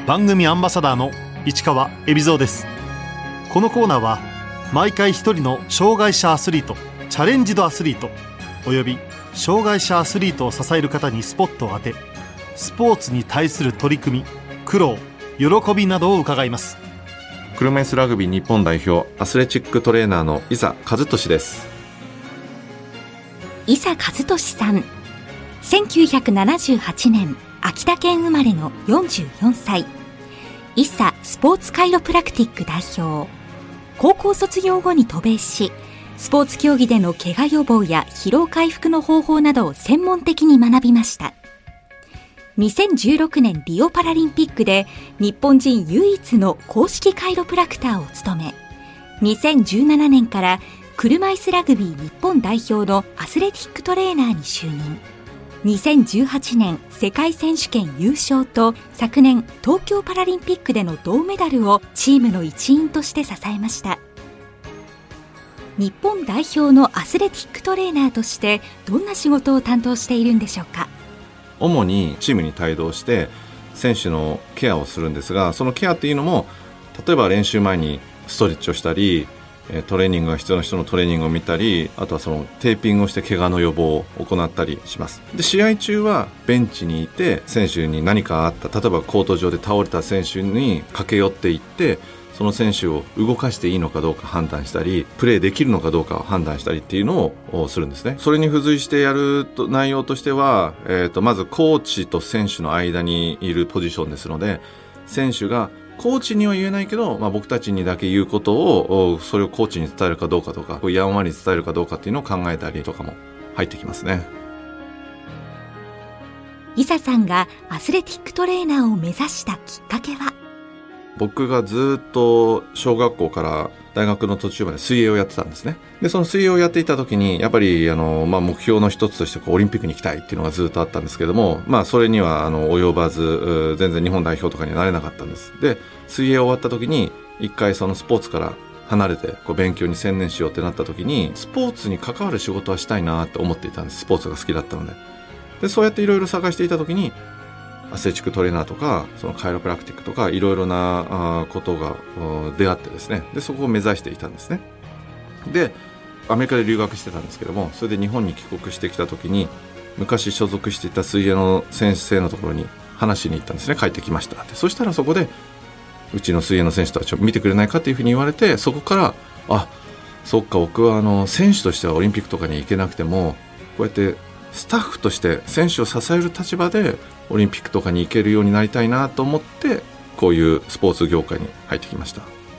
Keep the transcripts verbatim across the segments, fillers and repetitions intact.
番組アンバサダーの市川海老蔵です。このコーナーは毎回一人の障害者アスリート、チャレンジドアスリートおよび障害者アスリートを支える方にスポットを当て、スポーツに対する取り組み、苦労、喜びなどを伺います。 車椅子ラグビー日本代表アスレチックトレーナーの伊佐和俊です。 伊佐和俊さん、せんきゅうひゃくななじゅうはちねん秋田県生まれのよんじゅうよんさい、伊佐スポーツカイロプラクティック代表。高校卒業後に渡米し、スポーツ競技での怪我予防や疲労回復の方法などを専門的に学びました。にせんじゅうろくねんリオパラリンピックで日本人唯一の公式カイロプラクターを務め、にせんじゅうななねんから車椅子ラグビー日本代表のアスレティックトレーナーに就任。にせんじゅうはちねん世界選手権優勝と昨年東京パラリンピックでの銅メダルをチームの一員として支えました。日本代表のアスレティックトレーナーとしてどんな仕事を担当しているんでしょうか。 主にチームに帯同して選手のケアをするんですが、そのケアっていうのも例えば練習前にストレッチをしたり、トレーニングが必要な人のトレーニングを見たり、あとはそのテーピングをして怪我の予防を行ったりします。で、試合中はベンチにいて選手に何かあった、例えばコート上で倒れた選手に駆け寄っていってその選手を動かしていいのかどうか判断したり、プレーできるのかどうかを判断したりっていうのをするんですね。それに付随してやると内容としては、えーと、まずコーチと選手の間にいるポジションですので、選手がコーチには言えないけど、まあ、僕たちにだけ言うことをそれをコーチに伝えるかどうかとか、やんわり伝えるかどうかっていうのを考えたりとかも入ってきますね。 伊佐さんがアスレティックトレーナーを目指したきっかけは、 僕がずっと小学校から大学の途中まで水泳をやってたんですね。で、その水泳をやっていた時にやっぱりあの、まあ、目標の一つとしてこうオリンピックに行きたいっていうのがずっとあったんですけども、まあ、それにはあの及ばず全然日本代表とかにはなれなかったんです。で、水泳終わった時に一回そのスポーツから離れてこう勉強に専念しようってなった時に、スポーツに関わる仕事はしたいなって思っていたんです。スポーツが好きだったので。で、そうやっていろいろ探していた時にアスレチックトレーナーとかそのカイロプラクティックとかいろいろなことが出会ってですね、でそこを目指していたんですね。で、アメリカで留学してたんですけども、それで日本に帰国してきた時に昔所属していた水泳の先生のところに話しに行ったんですね。帰ってきましたって。そしたらそこでうちの水泳の選手たちを見てくれないかっていうふうに言われて、そこからあ、そっか、僕はあの選手としてはオリンピックとかに行けなくてもこうやってスタッフとして選手を支える立場でオリンピックとかに行けるようになりたいなと思って、こういうスポーツ業界に入ってきました。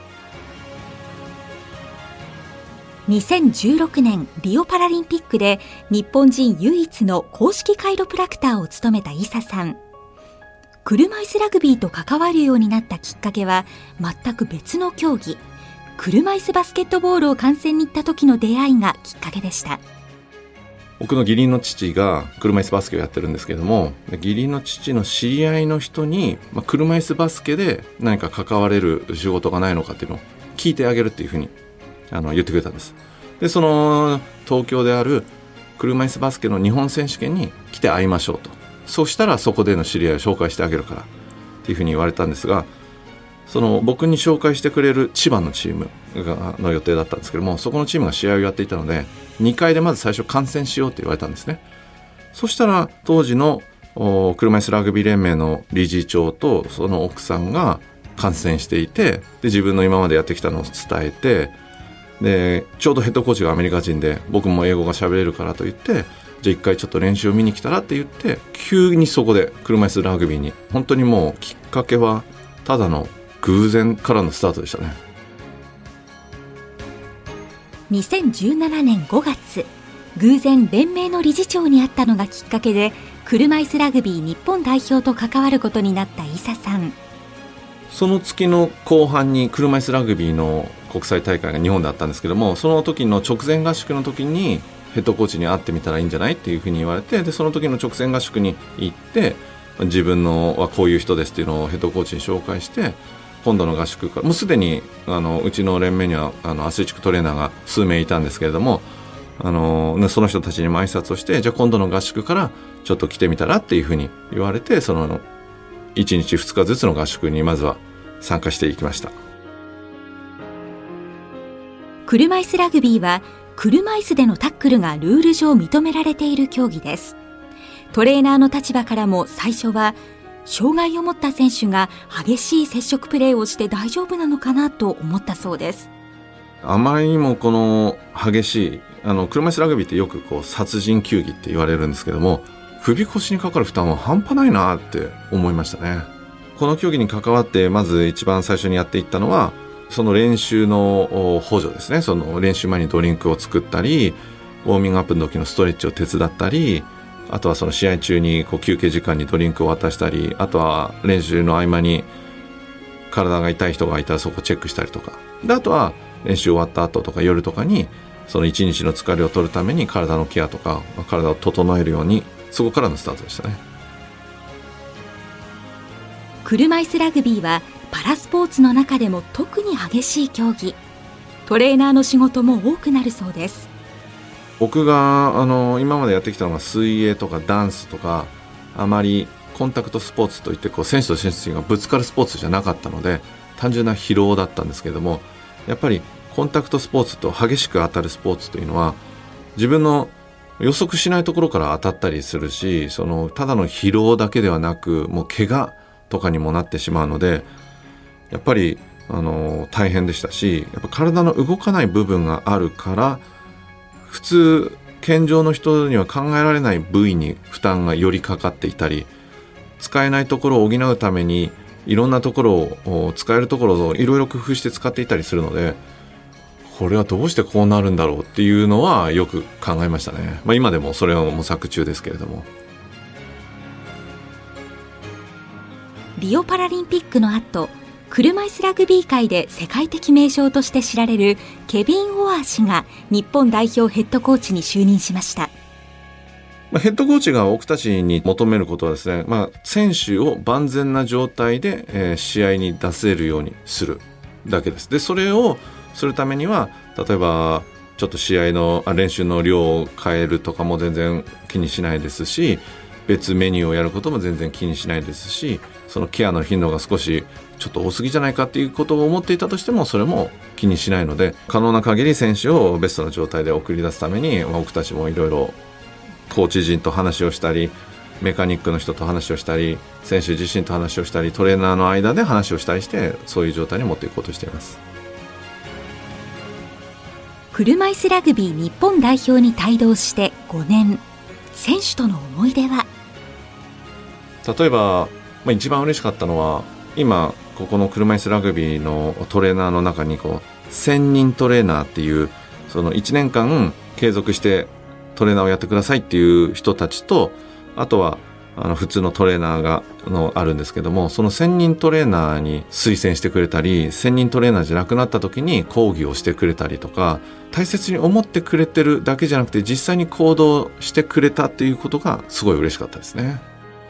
にせんじゅうろくねんリオパラリンピックで日本人唯一の公式カイロプラクターを務めた伊佐さん。車椅子ラグビーと関わるようになったきっかけは全く別の競技、車椅子バスケットボールを観戦に行った時の出会いがきっかけでした。 僕の義理の父が車椅子バスケをやってるんですけども、義理の父の知り合いの人に、まあ、車椅子バスケで何か関われる仕事がないのかっていうのを聞いてあげるっていうふうにあの言ってくれたんです。で、その東京である車椅子バスケの日本選手権に来て会いましょうと。そうしたらそこでの知り合いを紹介してあげるからっていうふうに言われたんですが、その僕に紹介してくれる千葉のチームがの予定だったんですけども、そこのチームが試合をやっていたのでにかいでまず最初観戦しようって言われたんですね。そしたら当時の車椅子ラグビー連盟の理事長とその奥さんが観戦していて、で自分の今までやってきたのを伝えて、でちょうどヘッドコーチがアメリカ人で僕も英語が喋れるからと言って、じゃあ一回ちょっと練習を見に来たらって言って、急にそこで車椅子ラグビーに、本当にもうきっかけはただの偶然からのスタートでしたね。 にせんじゅうななねんごがつ、偶然連盟の理事長に会ったのがきっかけで車椅子ラグビー日本代表と関わることになった伊佐さん。 その月の後半に車椅子ラグビーの国際大会が日本であったんですけども、その時の直前合宿の時にヘッドコーチに会ってみたらいいんじゃないっていうふうに言われて、でその時の直前合宿に行って、自分のはこういう人ですっていうのをヘッドコーチに紹介して、今度の合宿からもうすでにあのうちの連盟にはあのアスレチックトレーナーが数名いたんですけれども、あのその人たちにも挨拶をして、じゃあ今度の合宿からちょっと来てみたらっていうふうに言われて、そのいちにちふつかずつの合宿にまずは参加していきました。 車椅子ラグビーは車椅子でのタックルがルール上認められている競技です。トレーナーの立場からも最初は障害を持った選手が激しい接触プレーをして大丈夫なのかなと思ったそうです。 あまりにもこの激しいあの車椅子ラグビーってよくこう殺人球技って言われるんですけども、首腰にかかる負担は半端ないなって思いましたね。この競技に関わってまず一番最初にやっていったのはその練習の補助ですね。その練習前にドリンクを作ったり、ウォーミングアップの時のストレッチを手伝ったり、あとはその試合中にこう休憩時間にドリンクを渡したり、あとは練習の合間に体が痛い人がいたらそこをチェックしたりとかで、あとは練習終わった後とか夜とかにその一日の疲れを取るために体のケアとか体を整えるように、そこからのスタートでしたね。 車椅子ラグビーはパラスポーツの中でも特に激しい競技。トレーナーの仕事も多くなるそうです。 僕があの今までやってきたのが水泳とかダンスとか、あまりコンタクトスポーツといってこう選手と選手がぶつかるスポーツじゃなかったので、単純な疲労だったんですけれども、やっぱりコンタクトスポーツと激しく当たるスポーツというのは自分の予測しないところから当たったりするし、そのただの疲労だけではなくもう怪我とかにもなってしまうので、やっぱりあの大変でしたし、やっぱ体の動かない部分があるから普通健常の人には考えられない部位に負担がよりかかっていたり、使えないところを補うためにいろんなところを使えるところをいろいろ工夫して使っていたりするので、これはどうしてこうなるんだろうっていうのはよく考えましたね。まあ、今でもそれは模索中ですけれども。 リオパラリンピックの後、車椅子ラグビー界で世界的名将として知られるケビン・オアー氏が日本代表ヘッドコーチに就任しました。 まあ、ヘッドコーチが僕たちに求めることはですね、まあ、選手を万全な状態で、えー、試合に出せるようにするだけです。で、それをするためには例えばちょっと試合のあ練習の量を変えるとかも全然気にしないですし、別メニューをやることも全然気にしないですし、そのケアの頻度が少しちょっと多すぎじゃないかっていうことを思っていたとしてもそれも気にしないので、可能な限り選手をベストな状態で送り出すために、まあ、僕たちもいろいろコーチ陣と話をしたり、メカニックの人と話をしたり、選手自身と話をしたり、トレーナーの間で話をしたりして、そういう状態に持っていこうとしています。 車椅子ラグビー日本代表に帯同してごねん、選手との思い出は？ 例えば、まあ、一番嬉しかったのは、今ここの車椅子ラグビーのトレーナーの中にこう専任トレーナーっていう、そのいちねんかん継続してトレーナーをやってくださいっていう人たちと、あとはあの普通のトレーナーがのあるんですけども、その専任トレーナーに推薦してくれたり、専任トレーナーじゃなくなった時に講義をしてくれたりとか、大切に思ってくれてるだけじゃなくて実際に行動してくれたっていうことがすごい嬉しかったですね。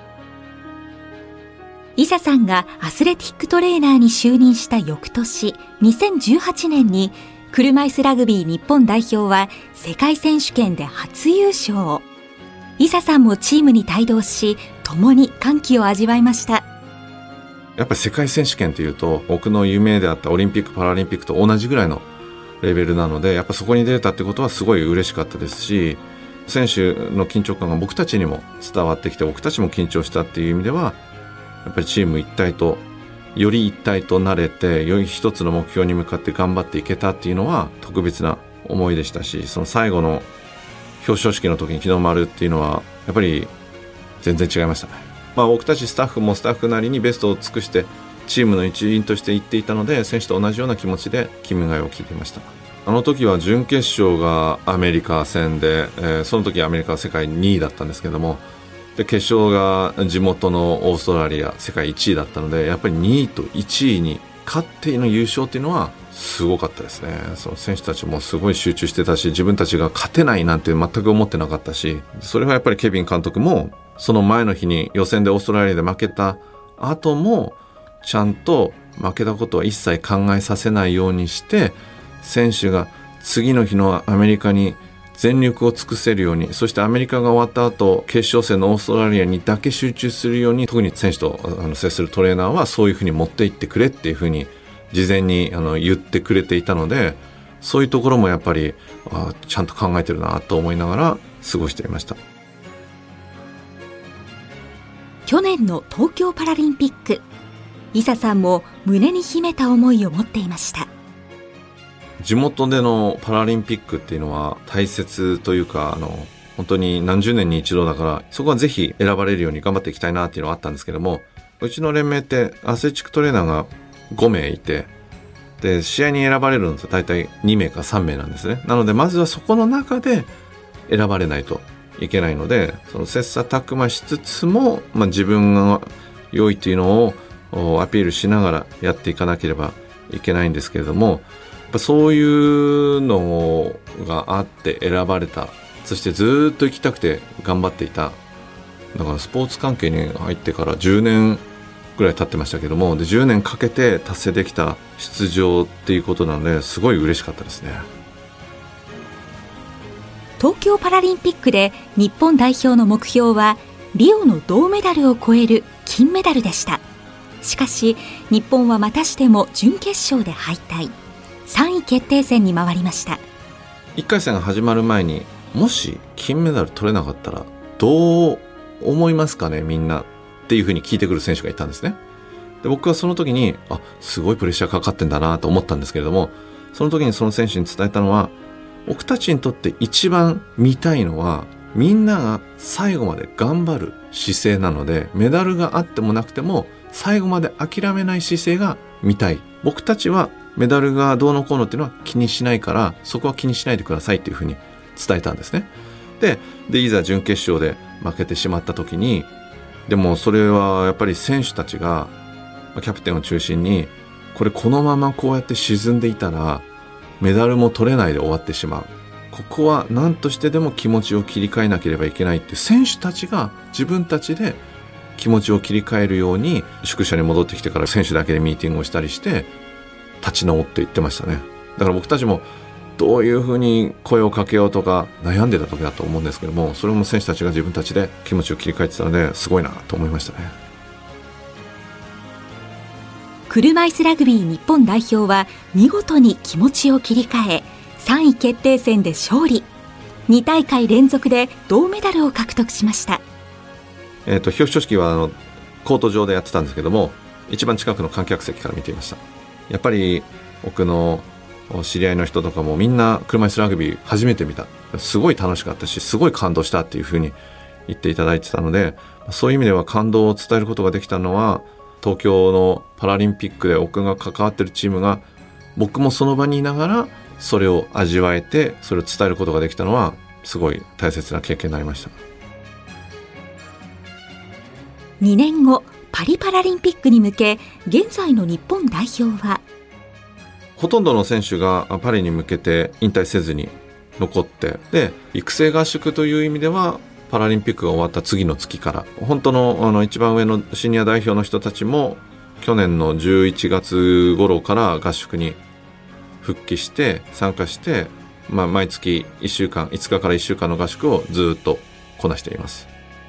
伊佐さんがアスレティックトレーナーに就任した翌年にせんじゅうはちねんに車椅子ラグビー日本代表は世界選手権で初優勝。伊佐さんもチームに帯同し、共に歓喜を味わいました。 やっぱり世界選手権というと、僕の夢であったオリンピック・パラリンピックと同じぐらいのレベルなので、やっぱそこに出れたってことはすごい嬉しかったですし、選手の緊張感が僕たちにも伝わってきて、僕たちも緊張したっていう意味では、やっぱりチーム一体と、より一体となれて、より一つの目標に向かって頑張っていけたっていうのは特別な思いでしたし、その最後の表彰式の時に日の丸っていうのはやっぱり全然違いましたね。まあ、僕たちスタッフもスタッフなりにベストを尽くしてチームの一員として行っていたので、選手と同じような気持ちで君が代を聞いていました。あの時は準決勝がアメリカ戦で、えー、その時アメリカは世界にいだったんですけども、で決勝が地元のオーストラリア世界いちいだったので、やっぱりにいといちいに勝っての優勝っていうのはすごかったですね。その選手たちもすごい集中してたし、自分たちが勝てないなんて全く思ってなかったし、それはやっぱりケビン監督もその前の日に予選でオーストラリアで負けた後もちゃんと負けたことは一切考えさせないようにして、選手が次の日のアメリカに全力を尽くせるように、そしてアメリカが終わった後決勝戦のオーストラリアにだけ集中するように、特に選手とあの接するトレーナーはそういうふうに持っていってくれっていうふうに事前にあの言ってくれていたので、そういうところもやっぱりあちゃんと考えてるなと思いながら過ごしていました。 去年の東京パラリンピック、伊佐さんも胸に秘めた思いを持っていました。 地元でのパラリンピックっていうのは大切というか、あの本当に何十年に一度だから、そこはぜひ選ばれるように頑張っていきたいなっていうのはあったんですけども、うちの連盟ってアスレチックトレーナーがごめいいて、で試合に選ばれるのって大体にめいかさんめいなんですね。なのでまずはそこの中で選ばれないといけないので、その切磋琢磨しつつも、まあ、自分が良いというのをアピールしながらやっていかなければいけないんですけれども、やっぱそういうのがあって選ばれた、そしてずっと行きたくて頑張っていた。だからスポーツ関係に入ってからじゅうねんぐらい経ってましたけども、でじゅうねんかけて達成できた出場っていうことなので、すごい嬉しかったですね。 東京パラリンピックで日本代表の目標はリオの銅メダルを超える金メダルでした。しかし日本はまたしても準決勝で敗退、さんい決定戦に回りました。 いっかい戦が始まる前に、もし金メダル取れなかったらどう思いますかねみんなっていうふうに聞いてくる選手がいたんですね。で僕はその時にあすごいプレッシャーかかってんだなと思ったんですけれども、その時にその選手に伝えたのは、僕たちにとって一番見たいのはみんなが最後まで頑張る姿勢なので、メダルがあってもなくても最後まで諦めない姿勢が見たい。僕たちはメダルがどうのこうのっていうのは気にしないから、そこは気にしないでくださいっていうふうに伝えたんですね。で、でいざ準決勝で負けてしまった時に、でもそれはやっぱり選手たちがキャプテンを中心に、これこのままこうやって沈んでいたらメダルも取れないで終わってしまう。ここは何としてでも気持ちを切り替えなければいけないって、選手たちが自分たちで気持ちを切り替えるように、宿舎に戻ってきてから選手だけでミーティングをしたりして立ち直っていってましたね。だから僕たちもどういうふうに声をかけようとか悩んでた時だと思うんですけども、それも選手たちが自分たちで気持ちを切り替えてたので、すごいなと思いましたね。 車いすラグビー日本代表は見事に気持ちを切り替え、さんい決定戦で勝利、に大会連続で銅メダルを獲得しました。 えーと、表彰式はあのコート上でやってたんですけども、一番近くの観客席から見ていました。やっぱり僕の知り合いの人とかもみんな車いすラグビー初めて見た、すごい楽しかったしすごい感動したっていうふうに言っていただいてたので、そういう意味では感動を伝えることができたのは、東京のパラリンピックで僕が関わってるチームが、僕もその場にいながらそれを味わえて、それを伝えることができたのはすごい大切な経験になりました。 にねんごパリパラリンピックに向け、現在の日本代表はほとんどの選手がパリに向けて引退せずに残って、で育成合宿という意味ではパラリンピックが終わった次の月から本当のあの一番上のシニア代表の人たちも去年のじゅういちがつ頃から合宿に復帰して参加して、まあ、毎月いっしゅうかんいつかからいっしゅうかんの合宿をずっとこなしています。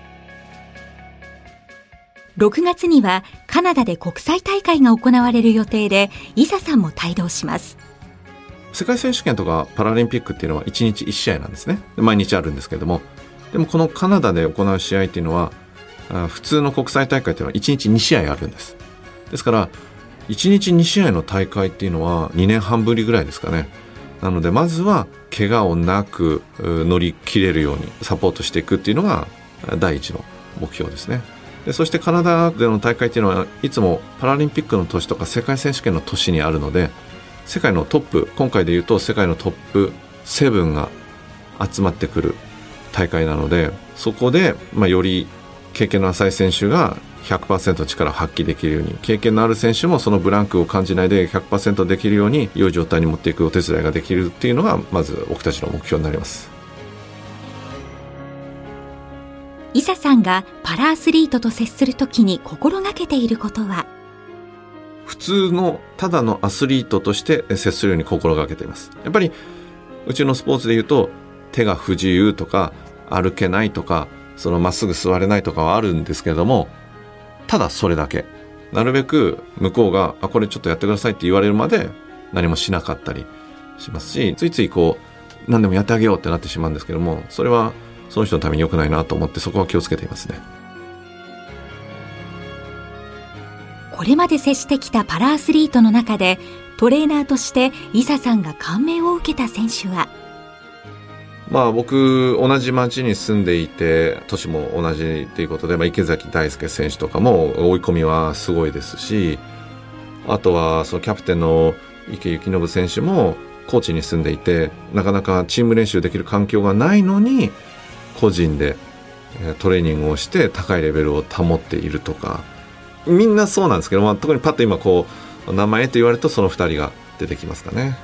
ろくがつにはカナダで国際大会が行われる予定で、伊佐さんも帯同します。 世界選手権とかパラリンピックっていうのはいちにちいち試合なんですね。毎日あるんですけれども、でもこのカナダで行う試合っていうのは、普通の国際大会っていうのはいちにちに試合あるんです。ですからいちにちに試合の大会っていうのはにねんはんぶりぐらいですかね。なのでまずは怪我をなく乗り切れるようにサポートしていくっていうのが第一の目標ですね。でそしてカナダでの大会っていうのはいつもパラリンピックの年とか世界選手権の年にあるので、世界のトップ、今回でいうと世界のトップセブンが集まってくる大会なので、そこで、まあ、より経験の浅い選手が ひゃくパーセント 力を発揮できるように、経験のある選手もそのブランクを感じないで ひゃくパーセント できるように良い状態に持っていくお手伝いができるっていうのがまず僕たちの目標になります。 伊佐さんがパラアスリートと接するときに心がけていることは、 普通のただのアスリートとして接するように心がけています。やっぱりうちのスポーツでいうと手が不自由とか歩けないとかそのまっすぐ座れないとかはあるんですけれども、ただそれだけ。なるべく向こうがあこれちょっとやってくださいって言われるまで何もしなかったりしますし、ついついこう何でもやってあげようってなってしまうんですけども、それはその人のために良くないなと思って、そこは気をつけていますね。 これまで接してきたパラアスリートの中でトレーナーとして伊佐さんが感銘を受けた選手は？ まあ僕同じ町に住んでいて年も同じということで、まあ、池崎大輔選手とかも追い込みはすごいですし、あとはそのキャプテンの池幸信選手も高知に住んでいて、なかなかチーム練習できる環境がないのに個人でトレーニングをして高いレベルを保っているとか、みんなそうなんですけど、まあ、特にパッと今こう名前と言われるとそのふたりが出てきますかね。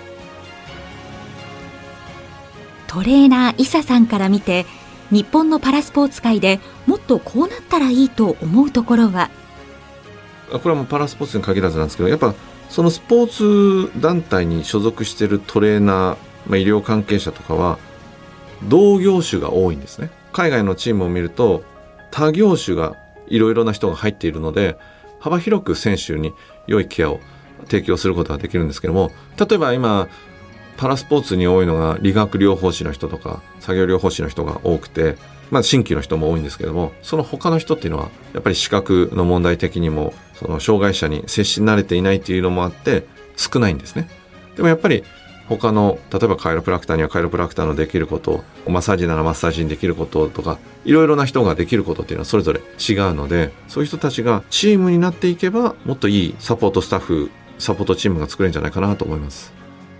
トレーナー伊佐さんから見て日本のパラスポーツ界でもっとこうなったらいいと思うところは？ これはもうパラスポーツに限らずなんですけど、やっぱそのスポーツ団体に所属しているトレーナー、まあ、医療関係者とかは同業種が多いんですね。海外のチームを見ると他業種がいろいろな人が入っているので、幅広く選手に良いケアを提供することができるんですけども、例えば今パラスポーツに多いのが理学療法士の人とか作業療法士の人が多くて、まあ、新規の人も多いんですけども、その他の人っていうのはやっぱり視覚の問題的にもその障害者に接し慣れていないっていうのもあって少ないんですね。でもやっぱり他の例えばカイロプラクターにはカイロプラクターのできること、マッサージならマッサージにできることとか、いろいろな人ができることっていうのはそれぞれ違うので、そういう人たちがチームになっていけばもっといいサポートスタッフ、サポートチームが作れるんじゃないかなと思います。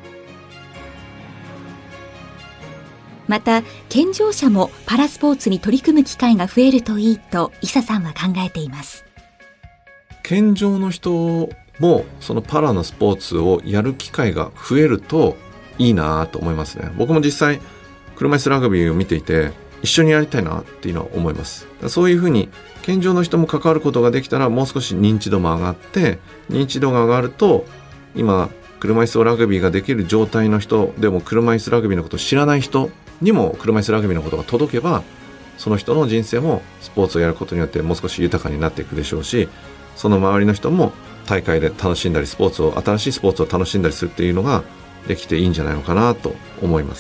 また健常者もパラスポーツに取り組む機会が増えるといいと伊佐さんは考えています。 健常の人もそのパラのスポーツをやる機会が増えるといいなと思いますね。僕も実際車椅子ラグビーを見ていて一緒にやりたいなっていうのは思います。そういうふうに健常の人も関わることができたらもう少し認知度も上がって、認知度が上がると今車椅子ラグビーができる状態の人でも車椅子ラグビーのことを知らない人にも車椅子ラグビーのことが届けば、その人の人生もスポーツをやることによってもう少し豊かになっていくでしょうし、その周りの人も大会で楽しんだりスポーツを新しいスポーツを楽しんだりするっていうのができていいんじゃないのかなと思います。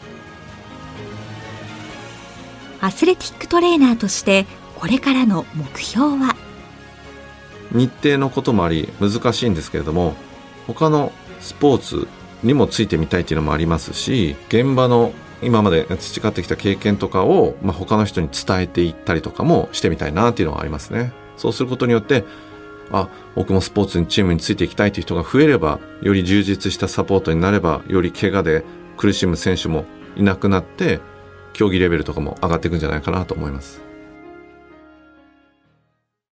アスレティックトレーナーとしてこれからの目標は？ 日程のこともあり難しいんですけれども、他のスポーツにもついてみたいっていうのもありますし、現場の今まで培ってきた経験とかを、まあ、他の人に伝えていったりとかもしてみたいなっていうのはありますね。そうすることによって、あ、僕もスポーツにチームについていきたいという人が増えれば、より充実したサポートになれば、より怪我で苦しむ選手もいなくなって競技レベルとかも上がっていくんじゃないかなと思います。